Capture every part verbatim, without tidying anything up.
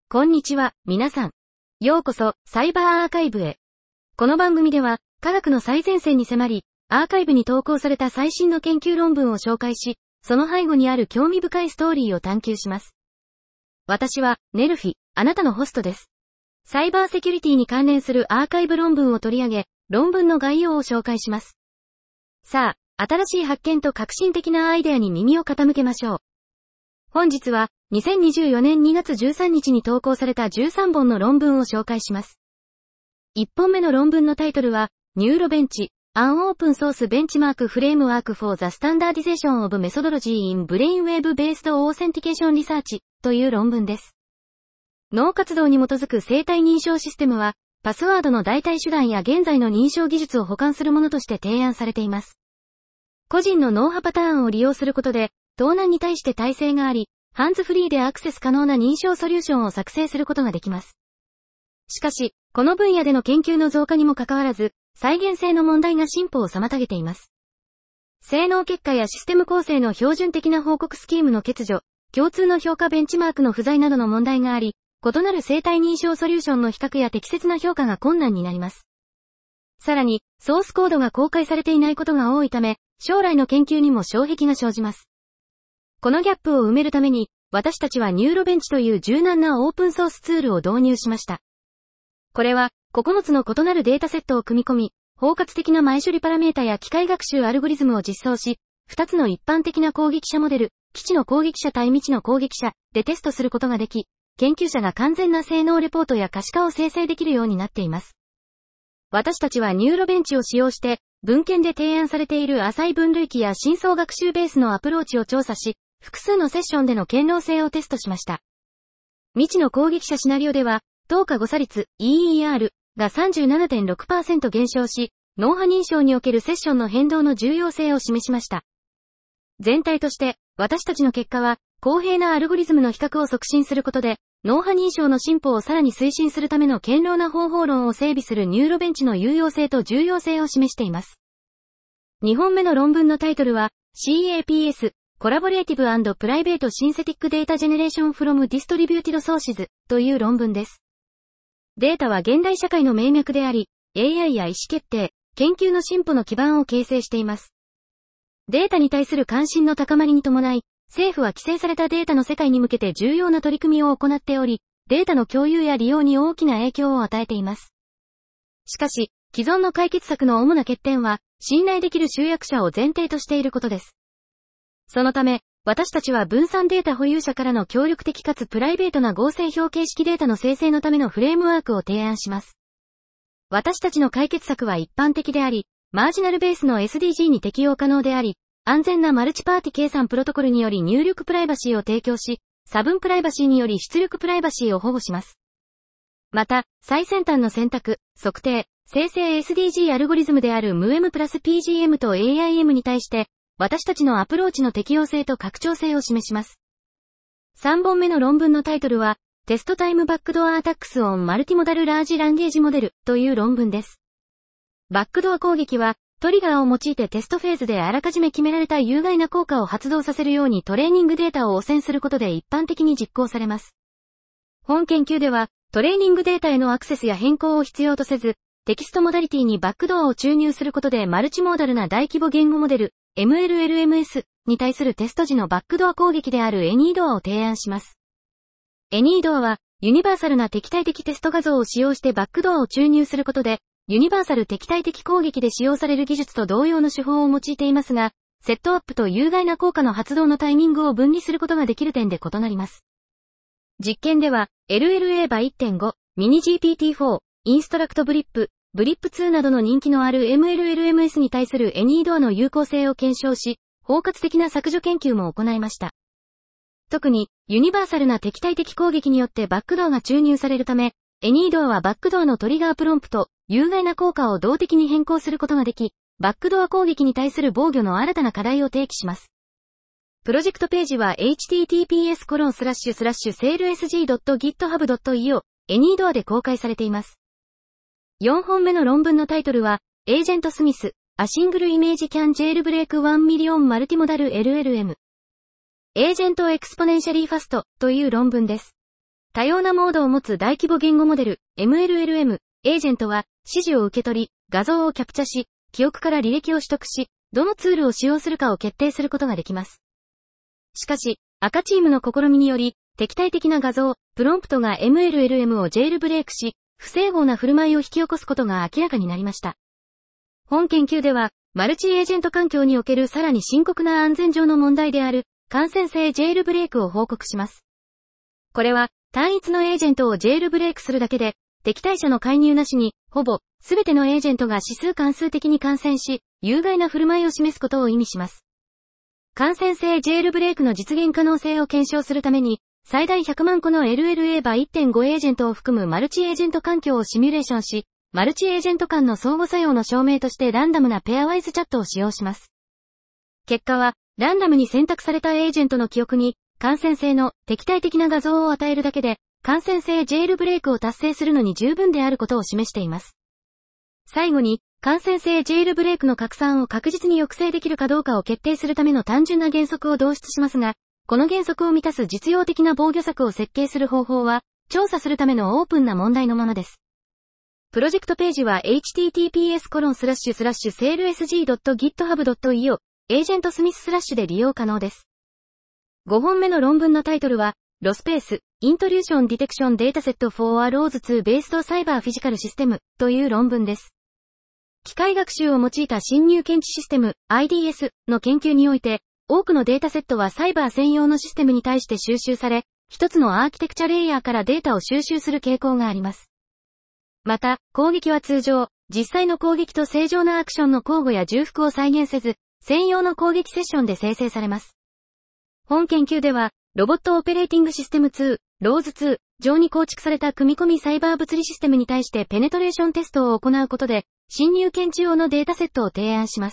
こんにちは、皆さん。ようこそ、サイバーアーカイブへ。この番組では、科学の最前線に迫り、アーカイブに投稿された最新の研究論文を紹介し、その背後にある興味深いストーリーを探求します。私は、ネルフィ、あなたのホストです。サイバーセキュリティに関連するアーカイブ論文を取り上げ、論文の概要を紹介します。さあ、新しい発見と革新的なアイデアに耳を傾けましょう。本日は、にせんにじゅうよねんにがつじゅうさんにちに投稿されたじゅうさんぼんの論文を紹介します。いっぽんめの論文のタイトルは、ニューロベンチ、An Open Source Benchmark Framework for the Standardization of Methodology in Brainwave-Based Authentication Research という論文です。脳活動に基づく生体認証システムは、パスワードの代替手段や現在の認証技術を補完するものとして提案されています。個人の脳波パターンを利用することで、盗難に対して耐性があり、ハンズフリーでアクセス可能な認証ソリューションを作成することができます。しかし、この分野での研究の増加にもかかわらず、再現性の問題が進歩を妨げています。性能結果やシステム構成の標準的な報告スキームの欠如、共通の評価ベンチマークの不在などの問題があり、異なる生体認証ソリューションの比較や適切な評価が困難になります。さらに、ソースコードが公開されていないことが多いため、将来の研究にも障壁が生じます。このギャップを埋めるために、私たちはニューロベンチという柔軟なオープンソースツールを導入しました。これは、ここのつの異なるデータセットを組み込み、包括的な前処理パラメータや機械学習アルゴリズムを実装し、ふたつの一般的な攻撃者モデル、基地の攻撃者対未知の攻撃者でテストすることができ、研究者が完全な性能レポートや可視化を生成できるようになっています。私たちはニューロベンチを使用して、文献で提案されている浅い分類器や深層学習ベースのアプローチを調査し、複数のセッションでの堅牢性をテストしました。未知の攻撃者シナリオでは、等価誤差率 イーイーアール が さんじゅうななてんろくパーセント 減少し、脳波認証におけるセッションの変動の重要性を示しました。全体として、私たちの結果は、公平なアルゴリズムの比較を促進することで、脳波認証の進歩をさらに推進するための堅牢な方法論を整備するニューロベンチの有用性と重要性を示しています。にほんめの論文のタイトルは、シーエーピーエス、Collaborative and Private Synthetic Data Generation from Distributed Sources という論文です。データは現代社会の命脈であり、エーアイ や意思決定、研究の進歩の基盤を形成しています。データに対する関心の高まりに伴い、政府は規制されたデータの世界に向けて重要な取り組みを行っており、データの共有や利用に大きな影響を与えています。しかし、既存の解決策の主な欠点は、信頼できる集約者を前提としていることです。そのため、私たちは分散データ保有者からの協力的かつプライベートな合成表形式データの生成のためのフレームワークを提案します。私たちの解決策は一般的であり、マージナルベースの エスディージー に適用可能であり、安全なマルチパーティ計算プロトコルにより入力プライバシーを提供し、差分プライバシーにより出力プライバシーを保護します。また、最先端の選択、測定、生成 エスディージー アルゴリズムである エムエム プラス ピージーエム と エーアイエム に対して、私たちのアプローチの適用性と拡張性を示します。さんぼんめの論文のタイトルは、テストタイムバックドアアタックスオンマルティモダルラージランゲージモデルという論文です。バックドア攻撃は、トリガーを用いてテストフェーズであらかじめ決められた有害な効果を発動させるようにトレーニングデータを汚染することで一般的に実行されます。本研究では、トレーニングデータへのアクセスや変更を必要とせず、テキストモダリティにバックドアを注入することでマルチモーダルな大規模言語モデル、エムエルエルエムエス に対するテスト時のバックドア攻撃であるエニードアを提案します。エニードアは、ユニバーサルな敵対的テスト画像を使用してバックドアを注入することで、ユニバーサル敵対的攻撃で使用される技術と同様の手法を用いていますが、セットアップと有害な効果の発動のタイミングを分離することができる点で異なります。実験では、エルエルエー バイ いってんご、ミニ ジーピーティーフォー、インストラクトブリップ、ブリップツーなどの人気のある エムエルエルエムエス に対するエニードアの有効性を検証し、包括的な削除研究も行いました。特に、ユニバーサルな敵対的攻撃によってバックドアが注入されるため、エニードアはバックドアのトリガープロンプと、有害な効果を動的に変更することができ、バックドア攻撃に対する防御の新たな課題を提起します。プロジェクトページは エイチティーティーピーエスコロンスラッシュスラッシュセールエスジードットギットハブドットイーオー エニードアで公開されています。よんほんめの論文のタイトルは、エージェントスミス、A Single Image Can Jailbreak ワンミリオン Multimodal エルエルエム。エージェントエクスポネンシャリーファストという論文です。 多様なモードを持つ大規模言語モデル、エムエルエルエム、エージェントは、指示を受け取り、画像をキャプチャし、記憶から履歴を取得し、どのツールを使用するかを決定することができます。しかし、赤チームの試みにより、敵対的な画像、プロンプトが エムエルエルエム をジェールブレイクし、不整合な振る舞いを引き起こすことが明らかになりました。本研究では、マルチエージェント環境におけるさらに深刻な安全上の問題である、感染性ジェールブレイクを報告します。これは、単一のエージェントをジェールブレイクするだけで、敵対者の介入なしに、ほぼ、すべてのエージェントが指数関数的に感染し、有害な振る舞いを示すことを意味します。感染性ジェールブレイクの実現可能性を検証するために、最大ひゃくまん個の エルエルエー バイ いってんご エージェントを含むマルチエージェント環境をシミュレーションし、マルチエージェント間の相互作用の証明としてランダムなペアワイズチャットを使用します。結果は、ランダムに選択されたエージェントの記憶に、感染性の敵対的な画像を与えるだけで、感染性ジェールブレイクを達成するのに十分であることを示しています。最後に、感染性ジェールブレイクの拡散を確実に抑制できるかどうかを決定するための単純な原則を導出しますが、この原則を満たす実用的な防御策を設計する方法は、調査するためのオープンな問題のものです。プロジェクトページは エイチティーティーピーエスコロンスラッシュスラッシュセールエスジードットギットハブドットイーオー エージェントスミススラッシュで利用可能です。ごほんめの論文のタイトルは、ロスペース、Intrusion Detection Dataset for a ローズツー Based Cyber Physical System という論文です。機械学習を用いた侵入検知システム アイディーエス の研究において、多くのデータセットはサイバー専用のシステムに対して収集され、一つのアーキテクチャレイヤーからデータを収集する傾向があります。また、攻撃は通常、実際の攻撃と正常なアクションの交互や重複を再現せず、専用の攻撃セッションで生成されます。本研究では、ロボットオペレーティングシステムツー、ローズツー、上に構築された組み込みサイバー物理システムに対してペネトレーションテストを行うことで、侵入検知用のデータセットを提案します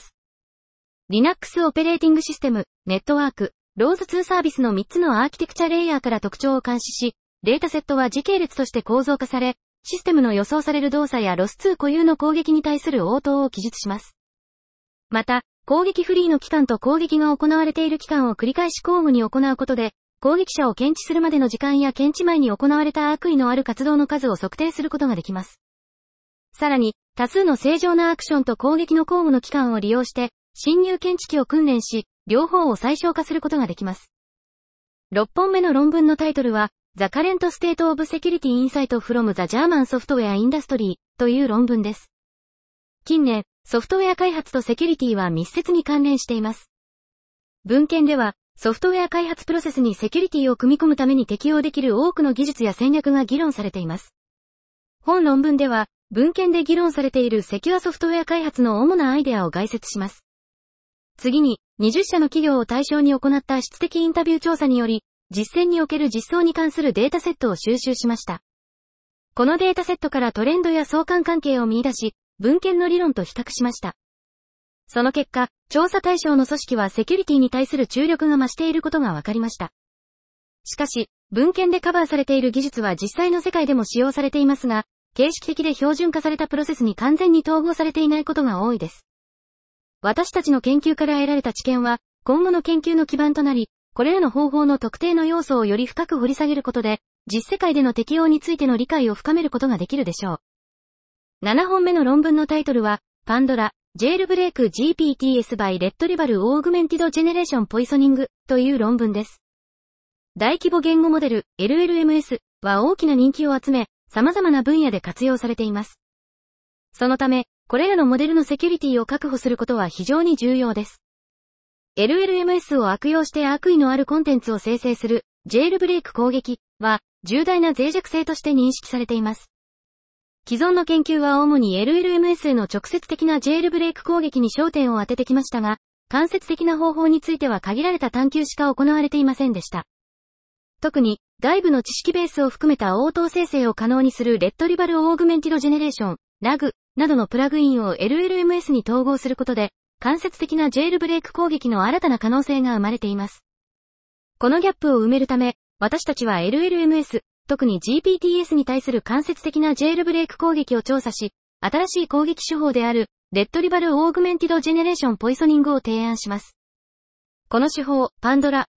。Linux オペレーティングシステム、ネットワーク、ローズツーサービスのみっつのアーキテクチャレイヤーから特徴を監視し、データセットは時系列として構造化され、システムの予想される動作やロスツー固有の攻撃に対する応答を記述します。また、攻撃フリーの期間と攻撃が行われている期間を繰り返し交互に行うことで、攻撃者を検知するまでの時間や検知前に行われた悪意のある活動の数を測定することができます。さらに、多数の正常なアクションと攻撃の交互の期間を利用して、侵入検知器を訓練し、両方を最小化することができます。ろっぽんめの論文のタイトルは、The Current State of Security Insight from the German Software Industry という論文です。近年、ソフトウェア開発とセキュリティは密接に関連しています。文献では、ソフトウェア開発プロセスにセキュリティを組み込むために適用できる多くの技術や戦略が議論されています。本論文では、文献で議論されているセキュアソフトウェア開発の主なアイデアを概説します。次に、にじゅっしゃの企業を対象に行った質的インタビュー調査により、実践における実装に関するデータセットを収集しました。このデータセットからトレンドや相関関係を見出し、文献の理論と比較しました。その結果、調査対象の組織はセキュリティに対する注力が増していることが分かりました。しかし、文献でカバーされている技術は実際の世界でも使用されていますが、形式的で標準化されたプロセスに完全に統合されていないことが多いです。私たちの研究から得られた知見は、今後の研究の基盤となり、これらの方法の特定の要素をより深く掘り下げることで、実世界での適用についての理解を深めることができるでしょう。ななほんめの論文のタイトルは、パンドラ、ジェールブレイク ジーピーティーエス by Retrieval Augmented Generation Poisoning という論文です。大規模言語モデル エルエルエムエス は大きな人気を集め、様々な分野で活用されています。そのため、これらのモデルのセキュリティを確保することは非常に重要です。エルエルエムエス を悪用して悪意のあるコンテンツを生成する、ジェールブレイク攻撃は、重大な脆弱性として認識されています。既存の研究は主に エルエルエムエス への直接的なジェールブレイク攻撃に焦点を当ててきましたが、間接的な方法については限られた探求しか行われていませんでした。特に、外部の知識ベースを含めた応答生成を可能にする Retrieval Augmented Generation、ラグ などのプラグインを エルエルエムエス に統合することで、間接的なジェールブレイク攻撃の新たな可能性が生まれています。このギャップを埋めるため、私たちは エルエルエムエス、特に ジーピーティーエス に対する間接的なジェールブレイク攻撃を調査し、新しい攻撃手法である、Retrieval Augmented Generation Poisoning を提案します。この手法、パンドラは、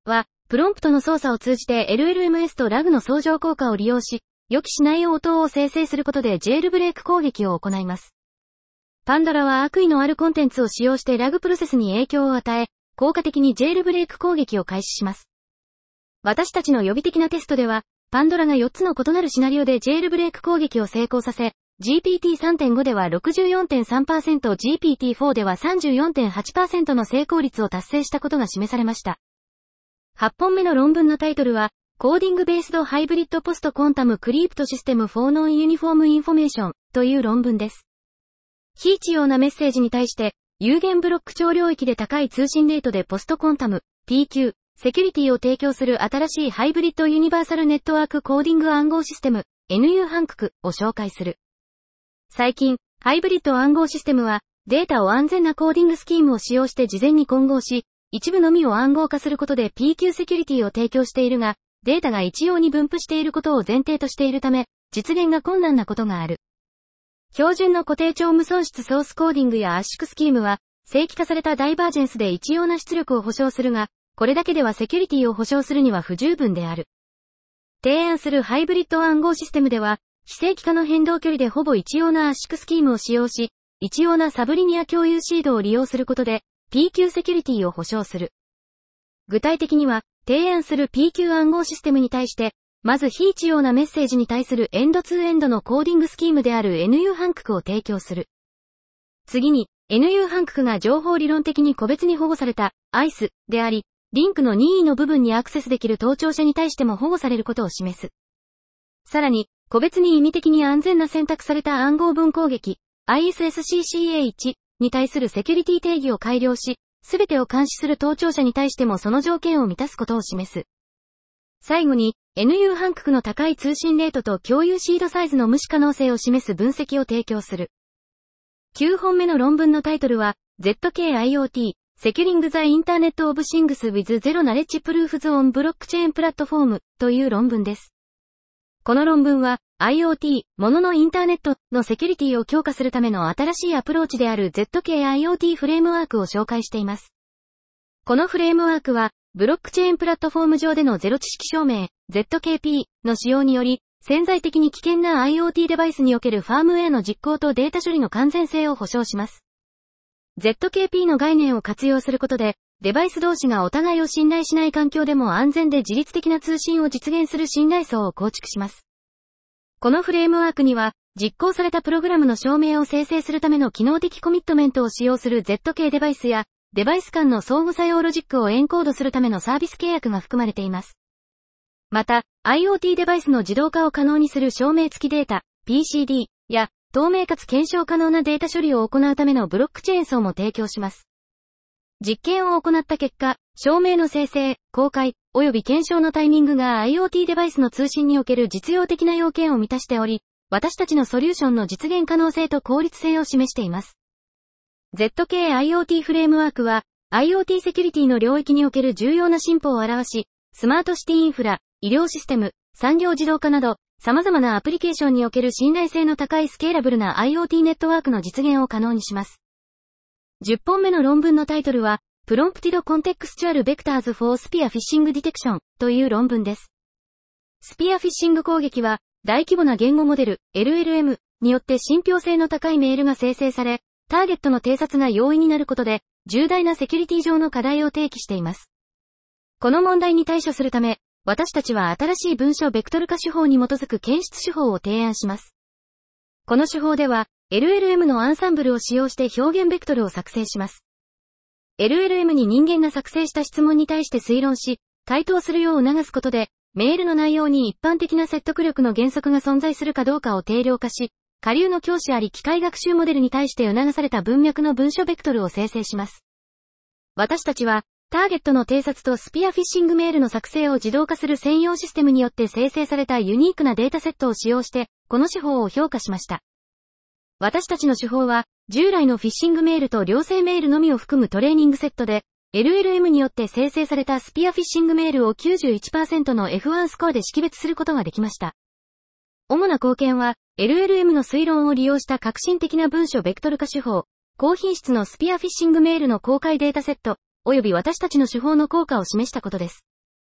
プロンプトの操作を通じて エルエルエムエス とラグの相乗効果を利用し、予期しない応答を生成することでジェールブレイク攻撃を行います。パンドラは悪意のあるコンテンツを使用してラグプロセスに影響を与え、効果的にジェールブレイク攻撃を開始します。私たちの予備的なテストでは、パンドラがよっつの異なるシナリオでジェールブレイク攻撃を成功させ、ジーピーティーさんてんご では ろくじゅうよんてんさんパーセント、ジーピーティーフォー では さんじゅうよんてんはちパーセント の成功率を達成したことが示されました。はちほんめの論文のタイトルは、コーディングベースドハイブリッドポストコンタムクリプトシステムフォーノンユニフォームインフォメーションという論文です。非一様なメッセージに対して、有限ブロック超領域で高い通信レートでポストコンタム、ピーキュー、セキュリティを提供する新しいハイブリッドユニバーサルネットワークコーディング暗号システム、エヌユー ハンククを紹介する。最近、ハイブリッド暗号システムは、データを安全なコーディングスキームを使用して事前に混合し、一部のみを暗号化することで ピーキュー セキュリティを提供しているが、データが一様に分布していることを前提としているため、実現が困難なことがある。標準の固定超無損失ソースコーディングや圧縮スキームは、正規化されたダイバージェンスで一様な出力を保証するが、これだけではセキュリティを保証するには不十分である。提案するハイブリッド暗号システムでは、非正規化の変動距離でほぼ一様な圧縮スキームを使用し、一様なサブリニア共有シードを利用することで、ピーキュー セキュリティを保証する。具体的には、提案する ピーキュー 暗号システムに対して、まず非一様なメッセージに対するエンドツーエンドのコーディングスキームである エヌユー ハンククを提供する。次に、エヌユー ハンククが情報理論的に個別に保護された アイス であり、リンクの任意の部分にアクセスできる盗聴者に対しても保護されることを示す。さらに、個別に意味的に安全な選択された暗号文攻撃 アイエスエスシーシーエーワン に対するセキュリティ定義を改良し、すべてを監視する盗聴者に対してもその条件を満たすことを示す。最後に、エヌユー ハンククの高い通信レートと共有シードサイズの無視可能性を示す分析を提供する。きゅうほんめの論文のタイトルは、ゼットケーアイオーティー、Securing the Internet of Things with Zero Knowledge Proofs on Blockchain Platform という論文です。この論文は、IoT、もののインターネットのセキュリティを強化するための新しいアプローチである ゼットケーアイオーティー フレームワークを紹介しています。このフレームワークは、ブロックチェーンプラットフォーム上でのゼロ知識証明、ゼットケーピー の使用により、潜在的に危険な IoT デバイスにおけるファームウェアの実行とデータ処理の完全性を保証します。ゼットケーピー の概念を活用することで、デバイス同士がお互いを信頼しない環境でも安全で自律的な通信を実現する信頼層を構築します。このフレームワークには、実行されたプログラムの証明を生成するための機能的コミットメントを使用する ゼットケー デバイスや、デバイス間の相互作用ロジックをエンコードするためのサービス契約が含まれています。また、IoT デバイスの自動化を可能にする証明付きデータ、ピーシーディー や、透明かつ検証可能なデータ処理を行うためのブロックチェーン層も提供します。実験を行った結果、証明の生成、公開、及び検証のタイミングが IoT デバイスの通信における実用的な要件を満たしており、私たちのソリューションの実現可能性と効率性を示しています。ゼットケーアイオーティー フレームワークは、IoT セキュリティの領域における重要な進歩を表し、スマートシティインフラ、医療システム、産業自動化など、様々なアプリケーションにおける信頼性の高いスケーラブルな IoT ネットワークの実現を可能にします。じゅっぽんめの論文のタイトルは、Prompted Contextual Vectors for Spear Phishing Detection という論文です。スピアフィッシング攻撃は、大規模な言語モデル、エルエルエム によって信憑性の高いメールが生成され、ターゲットの偵察が容易になることで、重大なセキュリティ上の課題を提起しています。この問題に対処するため、私たちは新しい文書ベクトル化手法に基づく検出手法を提案します。この手法では、エルエルエム のアンサンブルを使用して表現ベクトルを作成します。エルエルエム に人間が作成した質問に対して推論し、回答するよう促すことで、メールの内容に一般的な説得力の原則が存在するかどうかを定量化し、下流の教師あり機械学習モデルに対して促された文脈の文書ベクトルを生成します。私たちは、ターゲットの偵察とスピアフィッシングメールの作成を自動化する専用システムによって生成されたユニークなデータセットを使用して、この手法を評価しました。私たちの手法は、従来のフィッシングメールと良性メールのみを含むトレーニングセットで、エルエルエム によって生成されたスピアフィッシングメールを きゅうじゅういちパーセント の エフワン スコアで識別することができました。主な貢献は、エルエルエム の推論を利用した革新的な文書ベクトル化手法、高品質のスピアフィッシングメールの公開データセット、及び私たちの手法の効果を示したことです。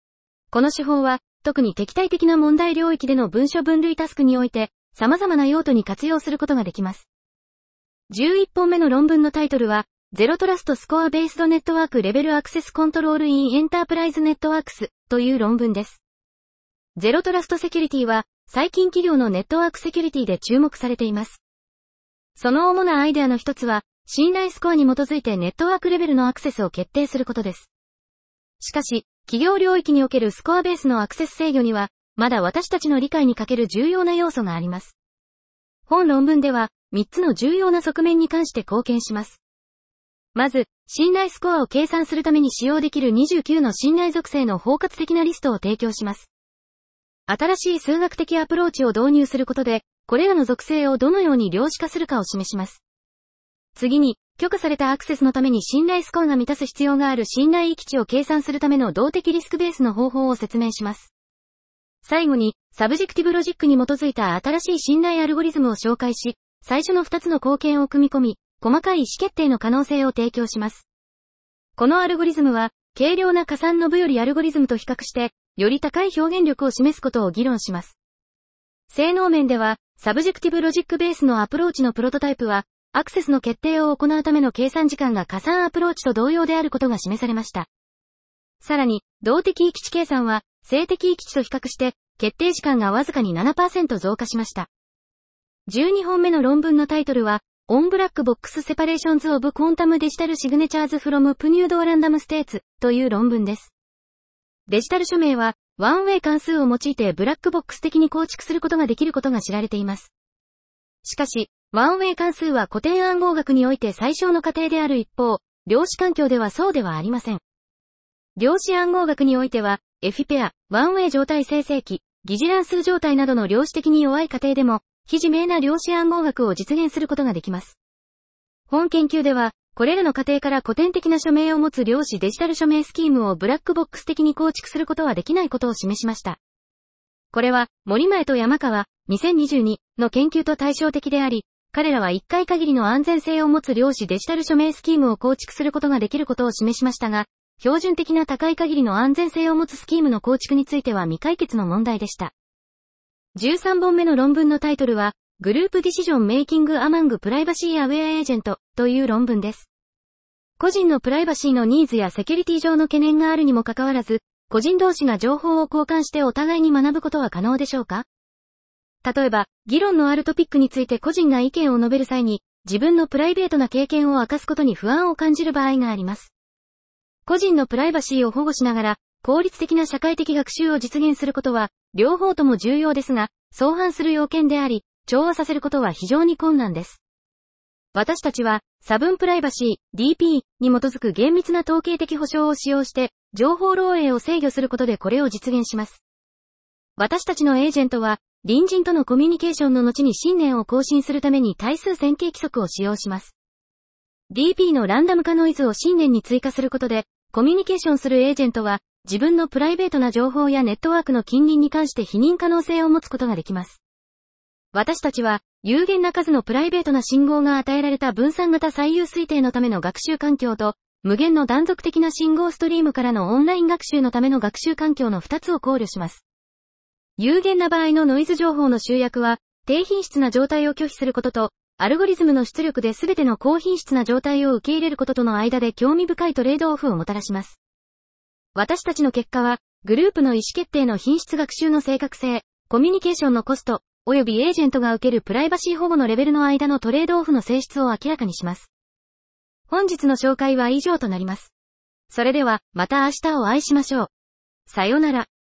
この手法は、特に敵対的な問題領域での文書分類タスクにおいて、様々な用途に活用することができます。じゅういっぽんめの論文のタイトルは、ゼロトラストスコアベースドネットワークレベルアクセスコントロールインエンタープライズネットワークスという論文です。ゼロトラストセキュリティは、最近企業のネットワークセキュリティで注目されています。その主なアイデアの一つは、信頼スコアに基づいてネットワークレベルのアクセスを決定することです。しかし、企業領域におけるスコアベースのアクセス制御には、まだ私たちの理解に欠ける重要な要素があります。本論文では、みっつの重要な側面に関して貢献します。まず、信頼スコアを計算するために使用できるにじゅうきゅうの信頼属性の包括的なリストを提供します。新しい数学的アプローチを導入することで、これらの属性をどのように量子化するかを示します。次に、許可されたアクセスのために信頼スコアが満たす必要がある信頼域値を計算するための動的リスクベースの方法を説明します。最後に、サブジェクティブロジックに基づいた新しい信頼アルゴリズムを紹介し、最初のふたつの貢献を組み込み、細かい意思決定の可能性を提供します。このアルゴリズムは、軽量な加算の部よりアルゴリズムと比較して、より高い表現力を示すことを議論します。性能面では、サブジェクティブロジックベースのアプローチのプロトタイプは、アクセスの決定を行うための計算時間が加算アプローチと同様であることが示されました。さらに、動的域値計算は、静的域値と比較して、決定時間がわずかに ななパーセント 増加しました。じゅうにほんめの論文のタイトルは、On Black Box Separations of Quantum Digital Signatures from Pneudo Random States という論文です。デジタル署名は、ワンウェイ関数を用いてブラックボックス的に構築することができることが知られています。しかし、ワンウェイ関数は古典暗号学において最小の過程である一方、量子環境ではそうではありません。量子暗号学においては、エフィペア、ワンウェイ状態生成器、疑似乱数状態などの量子的に弱い過程でも、非自明な量子暗号学を実現することができます。本研究では、これらの過程から古典的な署名を持つ量子デジタル署名スキームをブラックボックス的に構築することはできないことを示しました。これは、森前と山川、にせんにじゅうにの研究と対照的であり、彼らはいっかい限りの安全性を持つ量子デジタル署名スキームを構築することができることを示しましたが、標準的な高い限りの安全性を持つスキームの構築については未解決の問題でした。じゅうさんぼんめの論文のタイトルは、グループディシジョンメイキングアマングプライバシーアウェアエージェントという論文です。個人のプライバシーのニーズやセキュリティ上の懸念があるにもかかわらず、個人同士が情報を交換してお互いに学ぶことは可能でしょうか？例えば、議論のあるトピックについて個人が意見を述べる際に、自分のプライベートな経験を明かすことに不安を感じる場合があります。個人のプライバシーを保護しながら、効率的な社会的学習を実現することは、両方とも重要ですが、相反する要件であり、調和させることは非常に困難です。私たちは、差分プライバシー、ディーピー に基づく厳密な統計的保証を使用して、情報漏洩を制御することでこれを実現します。私たちのエージェントは、隣人とのコミュニケーションの後に信念を更新するために対数線形規則を使用します。ディーピー のランダム化ノイズを信念に追加することで、コミュニケーションするエージェントは、自分のプライベートな情報やネットワークの近隣に関して否認可能性を持つことができます。私たちは、有限な数のプライベートな信号が与えられた分散型最優推定のための学習環境と、無限の断続的な信号ストリームからのオンライン学習のための学習環境のふたつを考慮します。有限な場合のノイズ情報の集約は、低品質な状態を拒否することと、アルゴリズムの出力で全ての高品質な状態を受け入れることとの間で興味深いトレードオフをもたらします。私たちの結果は、グループの意思決定の品質学習の正確性、コミュニケーションのコスト、およびエージェントが受けるプライバシー保護のレベルの間のトレードオフの性質を明らかにします。本日の紹介は以上となります。それでは、また明日をお会いしましょう。さようなら。